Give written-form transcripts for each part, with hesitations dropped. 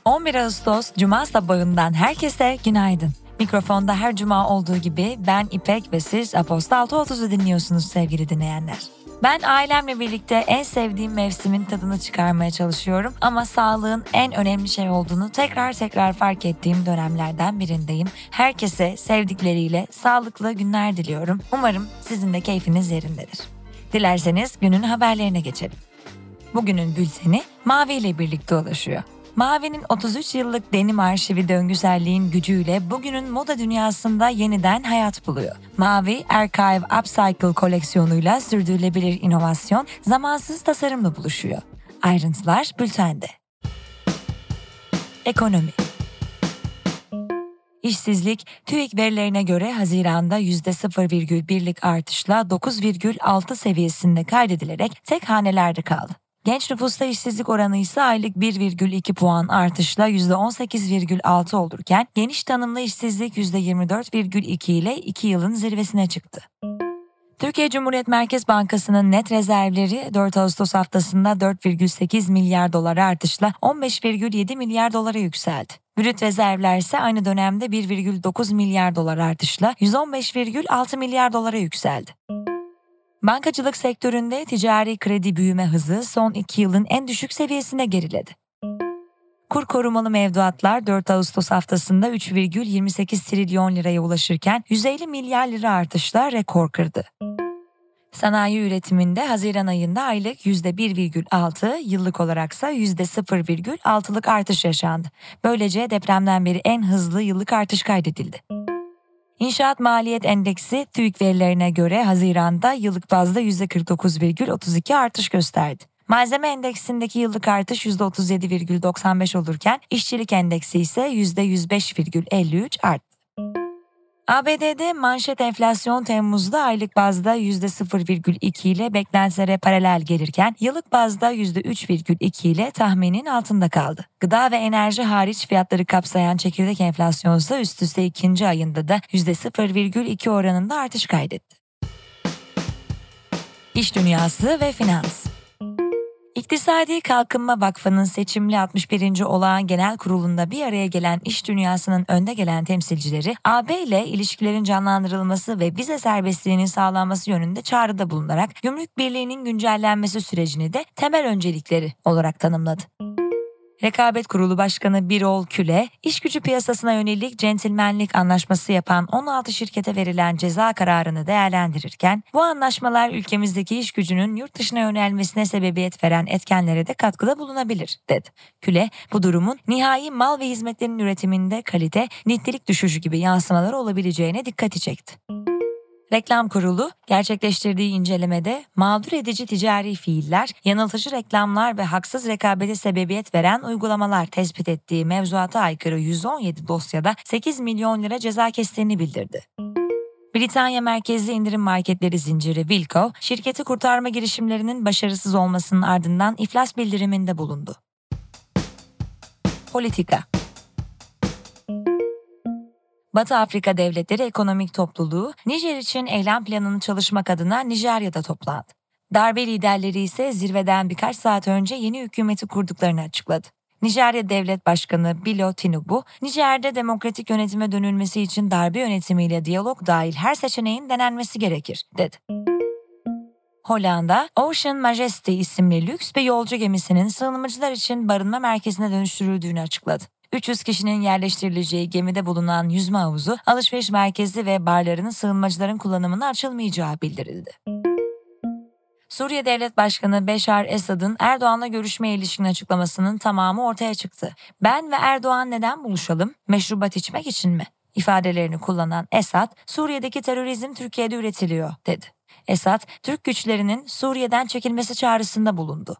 11 Ağustos Cuma sabahından herkese günaydın. Mikrofonda her cuma olduğu gibi ben İpek ve siz Aposta 6.30'u dinliyorsunuz sevgili dinleyenler. Ben ailemle birlikte en sevdiğim mevsimin tadını çıkarmaya çalışıyorum ama sağlığın en önemli şey olduğunu tekrar fark ettiğim dönemlerden birindeyim. Herkese sevdikleriyle sağlıklı günler diliyorum. Umarım sizin de keyfiniz yerindedir. Dilerseniz günün haberlerine geçelim. Bugünün bülteni Mavi ile birlikte ulaşıyor. Mavi'nin 33 yıllık denim arşivi döngüselliğin gücüyle bugünün moda dünyasında yeniden hayat buluyor. Mavi, Archive Upcycle koleksiyonuyla sürdürülebilir inovasyon, zamansız tasarımla buluşuyor. Ayrıntılar bültende. Ekonomi. İşsizlik, TÜİK verilerine göre Haziran'da %0,1'lik artışla 9,6 seviyesinde kaydedilerek tek hanelerde kaldı. Genç nüfusta işsizlik oranı ise aylık 1,2 puan artışla %18,6 olurken geniş tanımlı işsizlik %24,2 ile 2 yılın zirvesine çıktı. Türkiye Cumhuriyet Merkez Bankası'nın net rezervleri 4 Ağustos haftasında 4,8 milyar dolara artışla 15,7 milyar dolara yükseldi. Brüt rezervler ise aynı dönemde 1,9 milyar dolar artışla 115,6 milyar dolara yükseldi. Bankacılık sektöründe ticari kredi büyüme hızı son 2 yılın en düşük seviyesine geriledi. Kur korumalı mevduatlar 4 Ağustos haftasında 3,28 trilyon liraya ulaşırken 150 milyar lira artışla rekor kırdı. Sanayi üretiminde Haziran ayında aylık %1,6, yıllık olaraksa %0,6'lık artış yaşandı. Böylece depremden beri en hızlı yıllık artış kaydedildi. İnşaat Maliyet Endeksi TÜİK verilerine göre Haziran'da yıllık bazda %49,32 artış gösterdi. Malzeme endeksindeki yıllık artış %37,95 olurken işçilik endeksi ise %105,53 arttı. ABD'de manşet enflasyon Temmuz'da aylık bazda %0,2 ile beklentilere paralel gelirken yıllık bazda %3,2 ile tahminin altında kaldı. Gıda ve enerji hariç fiyatları kapsayan çekirdek enflasyon ise üst üste ikinci ayında da %0,2 oranında artış kaydetti. İş dünyası ve finans. İktisadi Kalkınma Vakfı'nın seçimli 61. olağan genel kurulunda bir araya gelen iş dünyasının önde gelen temsilcileri AB ile ilişkilerin canlandırılması ve vize serbestliğinin sağlanması yönünde çağrıda bulunarak Gümrük Birliği'nin güncellenmesi sürecini de temel öncelikleri olarak tanımladı. Rekabet Kurulu Başkanı Birol Küle, iş gücü piyasasına yönelik centilmenlik anlaşması yapan 16 şirkete verilen ceza kararını değerlendirirken, bu anlaşmalar ülkemizdeki iş gücünün yurt dışına yönelmesine sebebiyet veren etkenlere de katkıda bulunabilir, dedi. Küle, bu durumun nihai mal ve hizmetlerin üretiminde kalite, nitelik düşüşü gibi yansımaları olabileceğine dikkati çekti. Reklam Kurulu gerçekleştirdiği incelemede mağdur edici ticari fiiller, yanıltıcı reklamlar ve haksız rekabete sebebiyet veren uygulamalar tespit ettiği mevzuata aykırı 117 dosyada 8 milyon lira ceza kestiğini bildirdi. Britanya merkezli indirim marketleri zinciri Wilko, şirketi kurtarma girişimlerinin başarısız olmasının ardından iflas bildiriminde bulundu. Politika. Batı Afrika Devletleri Ekonomik Topluluğu, Nijer için eylem planını çalışmak adına Nijerya'da toplandı. Darbe liderleri ise zirveden birkaç saat önce yeni hükümeti kurduklarını açıkladı. Nijerya Devlet Başkanı Bilo Tinubu, Nijer'de demokratik yönetime dönülmesi için darbe yönetimiyle diyalog dahil her seçeneğin denenmesi gerekir, dedi. Hollanda, Ocean Majesty isimli lüks bir yolcu gemisinin sığınmacılar için barınma merkezine dönüştürüldüğünü açıkladı. 300 kişinin yerleştirileceği gemide bulunan yüzme havuzu, alışveriş merkezi ve barlarının sığınmacıların kullanımına açılmayacağı bildirildi. Suriye Devlet Başkanı Beşar Esad'ın Erdoğan'la görüşmeye ilişkin açıklamasının tamamı ortaya çıktı. Ben ve Erdoğan neden buluşalım? Meşrubat içmek için mi? İfadelerini kullanan Esad, Suriye'deki terörizm Türkiye'de üretiliyor, dedi. Esad, Türk güçlerinin Suriye'den çekilmesi çağrısında bulundu.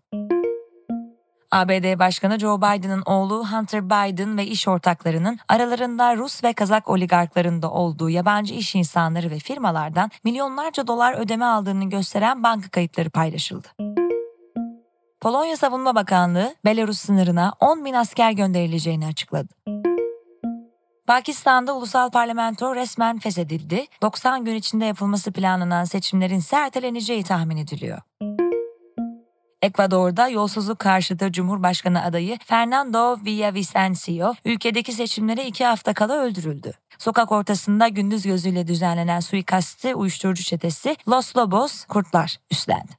ABD Başkanı Joe Biden'ın oğlu Hunter Biden ve iş ortaklarının aralarında Rus ve Kazak oligarkların da olduğu yabancı iş insanları ve firmalardan milyonlarca dolar ödeme aldığını gösteren banka kayıtları paylaşıldı. Polonya Savunma Bakanlığı, Belarus sınırına 10.000 asker gönderileceğini açıkladı. Pakistan'da ulusal parlamento resmen feshedildi. 90 gün içinde yapılması planlanan seçimlerin ise erteleneceği tahmin ediliyor. Ekvador'da yolsuzluk karşıtı Cumhurbaşkanı adayı Fernando Villavicencio, ülkedeki seçimlere 2 hafta kala öldürüldü. Sokak ortasında gündüz gözüyle düzenlenen suikasti uyuşturucu çetesi Los Lobos, Kurtlar üstlendi.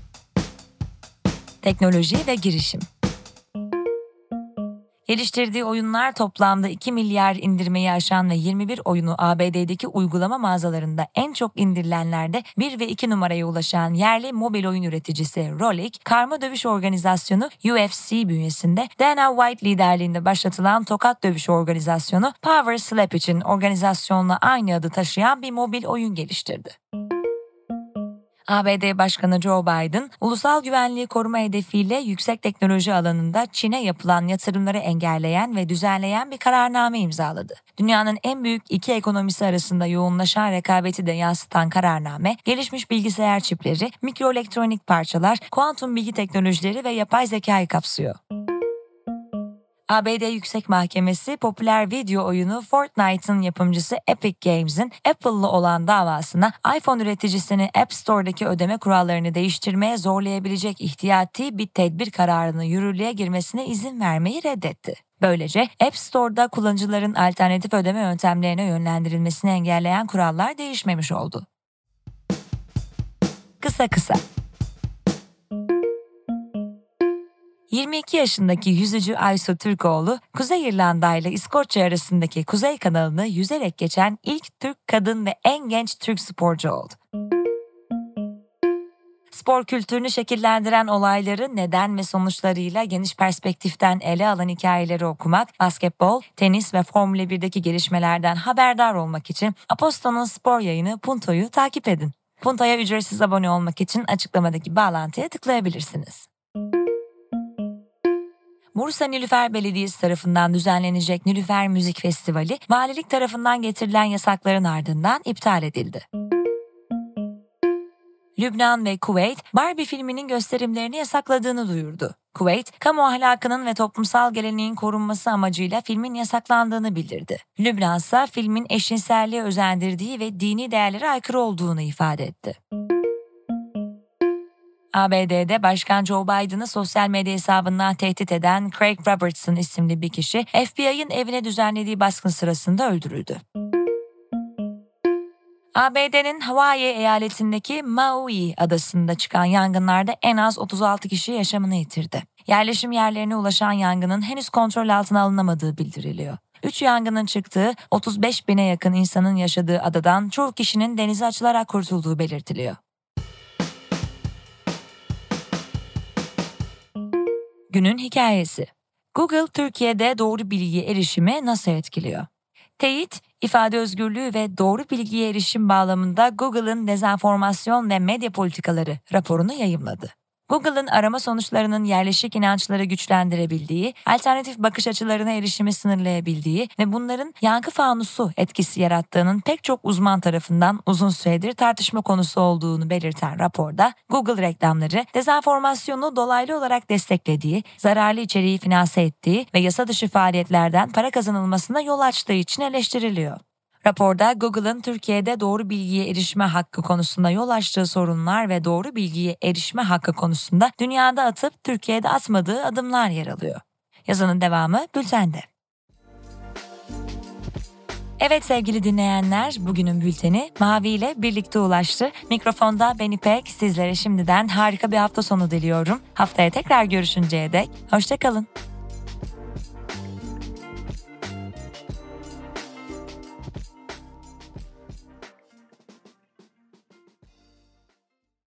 Teknoloji ve girişim. Geliştirdiği oyunlar toplamda 2 milyar indirmeyi aşan ve 21 oyunu ABD'deki uygulama mağazalarında en çok indirilenlerde 1 ve 2 numaraya ulaşan yerli mobil oyun üreticisi Rolik, karma dövüş organizasyonu UFC bünyesinde Dana White liderliğinde başlatılan tokat dövüş organizasyonu Power Slap için organizasyonla aynı adı taşıyan bir mobil oyun geliştirdi. ABD Başkanı Joe Biden, ulusal güvenliği koruma hedefiyle yüksek teknoloji alanında Çin'e yapılan yatırımları engelleyen ve düzenleyen bir kararname imzaladı. Dünyanın en büyük iki ekonomisi arasında yoğunlaşan rekabeti de yansıtan kararname, gelişmiş bilgisayar çipleri, mikroelektronik parçalar, kuantum bilgi teknolojileri ve yapay zekayı kapsıyor. ABD Yüksek Mahkemesi, popüler video oyunu Fortnite'ın yapımcısı Epic Games'in Apple'lı olan davasına iPhone üreticisini App Store'daki ödeme kurallarını değiştirmeye zorlayabilecek ihtiyati bir tedbir kararını yürürlüğe girmesine izin vermeyi reddetti. Böylece App Store'da kullanıcıların alternatif ödeme yöntemlerine yönlendirilmesini engelleyen kurallar değişmemiş oldu. Kısa. 22 yaşındaki yüzücü Aysu Türkoğlu, Kuzey İrlanda ile İskoçya arasındaki Kuzey Kanalını yüzerek geçen ilk Türk kadın ve en genç Türk sporcu oldu. Spor kültürünü şekillendiren olayları neden ve sonuçlarıyla geniş perspektiften ele alan hikayeleri okumak, basketbol, tenis ve Formula 1'deki gelişmelerden haberdar olmak için Aposto'nun spor yayını Punto'yu takip edin. Punto'ya ücretsiz abone olmak için açıklamadaki bağlantıya tıklayabilirsiniz. Bursa Nilüfer Belediyesi tarafından düzenlenecek Nilüfer Müzik Festivali, valilik tarafından getirilen yasakların ardından iptal edildi. Lübnan ve Kuveyt, Barbie filminin gösterimlerini yasakladığını duyurdu. Kuveyt, kamu ahlakının ve toplumsal geleneğin korunması amacıyla filmin yasaklandığını bildirdi. Lübnan ise filmin eşcinselliğe özendirdiği ve dini değerlere aykırı olduğunu ifade etti. ABD'de Başkan Joe Biden'ı sosyal medya hesabından tehdit eden Craig Robertson isimli bir kişi, FBI'ın evine düzenlediği baskın sırasında öldürüldü. ABD'nin Hawaii eyaletindeki Maui adasında çıkan yangınlarda en az 36 kişi yaşamını yitirdi. Yerleşim yerlerine ulaşan yangının henüz kontrol altına alınamadığı bildiriliyor. 3 yangının çıktığı, 35 bine yakın insanın yaşadığı adadan çoğu kişinin denize açılarak kurtulduğu belirtiliyor. Günün hikayesi. Google, Türkiye'de doğru bilgiye erişimi nasıl etkiliyor? Teyit, ifade özgürlüğü ve doğru bilgiye erişim bağlamında Google'ın dezenformasyon ve medya politikaları raporunu yayımladı. Google'ın arama sonuçlarının yerleşik inançları güçlendirebildiği, alternatif bakış açılarına erişimi sınırlayabildiği ve bunların yankı fanusu etkisi yarattığının pek çok uzman tarafından uzun süredir tartışma konusu olduğunu belirten raporda, Google reklamları, dezenformasyonu dolaylı olarak desteklediği, zararlı içeriği finanse ettiği ve yasa dışı faaliyetlerden para kazanılmasına yol açtığı için eleştiriliyor. Raporda Google'ın Türkiye'de doğru bilgiye erişme hakkı konusunda yol açtığı sorunlar ve doğru bilgiye erişme hakkı konusunda dünyada atıp Türkiye'de atmadığı adımlar yer alıyor. Yazının devamı bültende. Evet sevgili dinleyenler, bugünün bülteni Mavi ile birlikte ulaştı. Mikrofonda ben İpek, sizlere şimdiden harika bir hafta sonu diliyorum. Haftaya tekrar görüşünceye dek hoşça kalın.